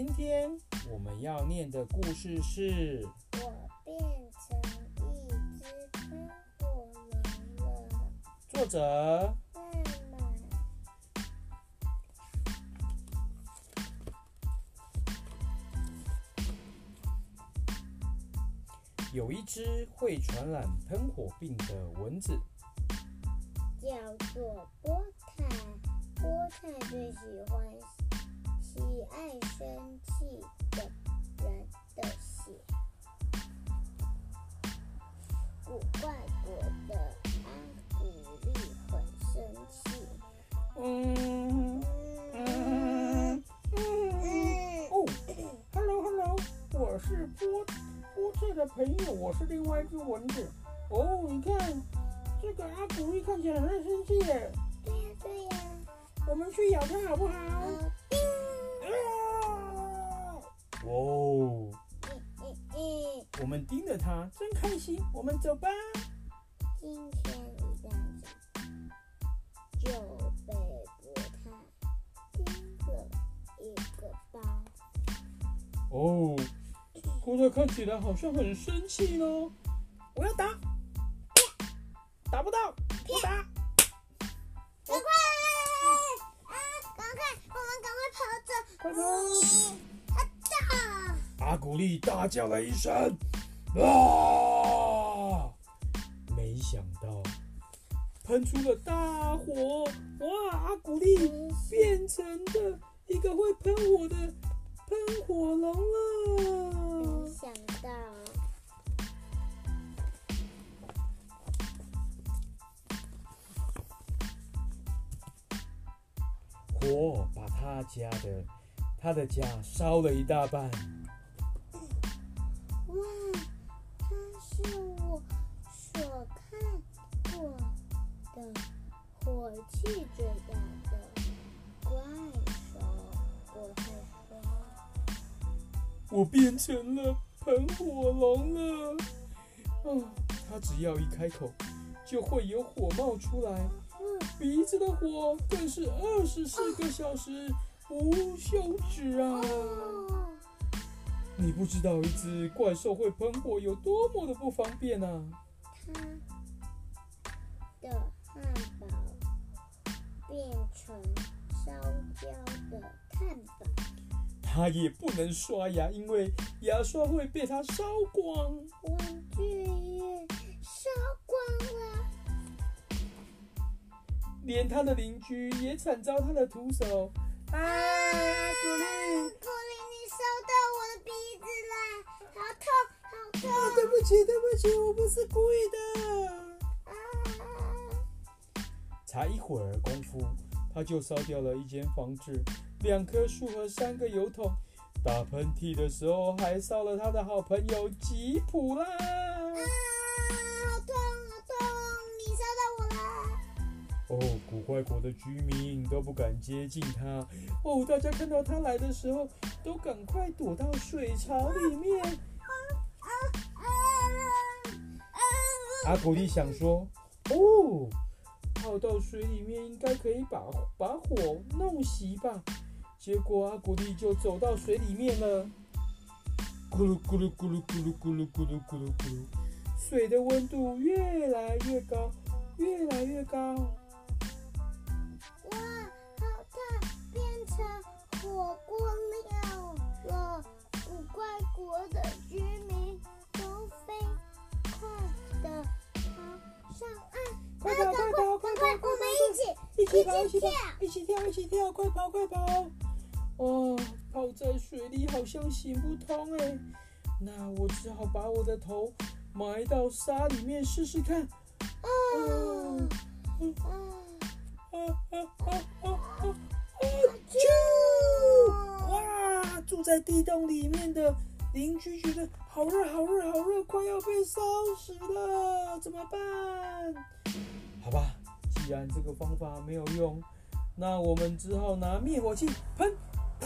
今天我们要念的故事是我变成一只喷火龙了。 作者妈妈， 有一只会传染喷火病的蚊子， 叫做波泰。波泰最喜爱生气的人的血。古怪国的阿古丽很生气。 Hello， 我是波特的朋友，我是另外一只蚊子。你看这个阿古丽看起来很生气耶。 对呀。 我们去咬它好不好？我们盯着它，真开心。我们走吧。 今天一大早就被波泰叮了一个包。 波特看起来好像很生气呢。我要打，打不到，我打。 赶快！我们赶快跑走！ 快跑！阿古丽大叫了一声，没想到喷出了大火，阿古丽变成了一个会喷火的喷火龙了。 没想到。 火把他的家烧了一大半。 哇，它是我所看过的火气最大的怪兽。波泰说：“ 我变成了喷火龙了。他只要一开口，就会有火冒出来。鼻子的火更是24个小时无休止啊！你不知道一只怪兽会喷火有多么的不方便啊！ 它的汉堡变成烧焦的碳板， 它也不能刷牙，因为牙刷会被它烧光。 玩具也烧光了。 连他的邻居也惨遭他的徒手。古丽， 你烧到我的鼻子了，好痛！ 对不起，我不是故意的。才一会儿功夫，他就烧掉了一间房子、2棵树和3个油桶。打喷嚏的时候，还烧了他的好朋友吉普啦。 好痛！你烧到我了。 古怪国的居民都不敢接近他。大家看到他来的时候，都赶快躲到水槽里面。阿古丽想说，泡到水里面应该可以把火弄熄吧。结果阿古丽就走到水里面了。咕噜咕噜咕噜咕噜咕噜咕噜咕噜咕噜，水的温度越来越高，越来越高。 哇，好烫，变成火锅料了。古怪国的居民都飞快的跑上岸。 快跑！ 我们一起跳！快跑！泡在水里好像行不通哎，那我只好把我的头埋到沙里面试试看。哇！住在地洞里面的邻居觉得好热，快要被烧死了，怎么办？好吧，既然这个方法没有用，那我们只好拿灭火器喷。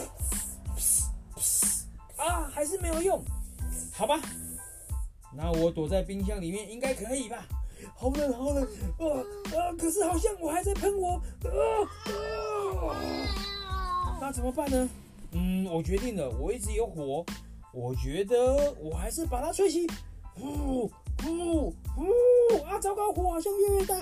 还是没有用。好吧，那我躲在冰箱里面应该可以吧？好冷，可是好像我还在喷火。那怎么办呢？ 我决定了，我一直有火，我觉得我还是把它吹熄。呼呼呼！啊，糟糕，火好像越大。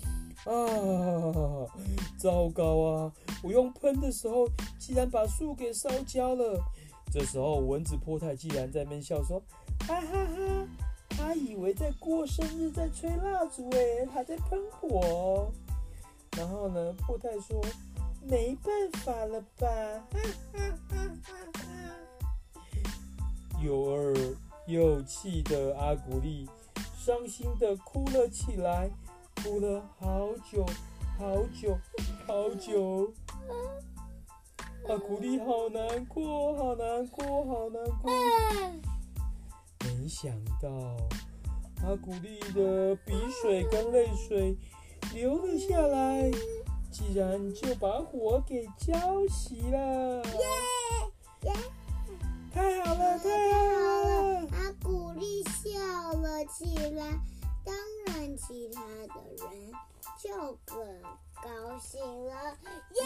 啊，糟糕啊！我用喷的时候，竟然把树给烧焦了。这时候，蚊子波泰竟然在那边笑说：“哈哈哈！他以为在过生日，在吹蜡烛，还在喷火。”然后呢，波泰说：“没办法了吧？”哈哈哈哈哈！又饿又气的阿古丽伤心的哭了起来，哭了好久好久好久。阿古丽好难过，好难过，好难过。没想到阿古丽的鼻水跟泪水流了下来，竟然就把火给浇熄了。太好了，太好了！ 阿古丽笑了起来，当然其他的人就更高兴了。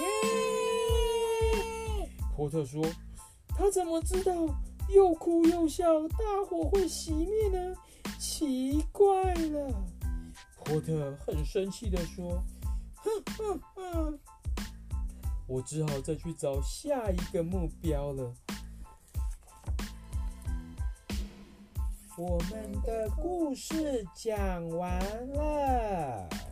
耶！ 波特说：“他怎么知道又哭又笑，大火会熄灭呢？奇怪了。”波特很生气地说：“哼哼哼，我只好再去找下一个目标了。”我们的故事讲完了。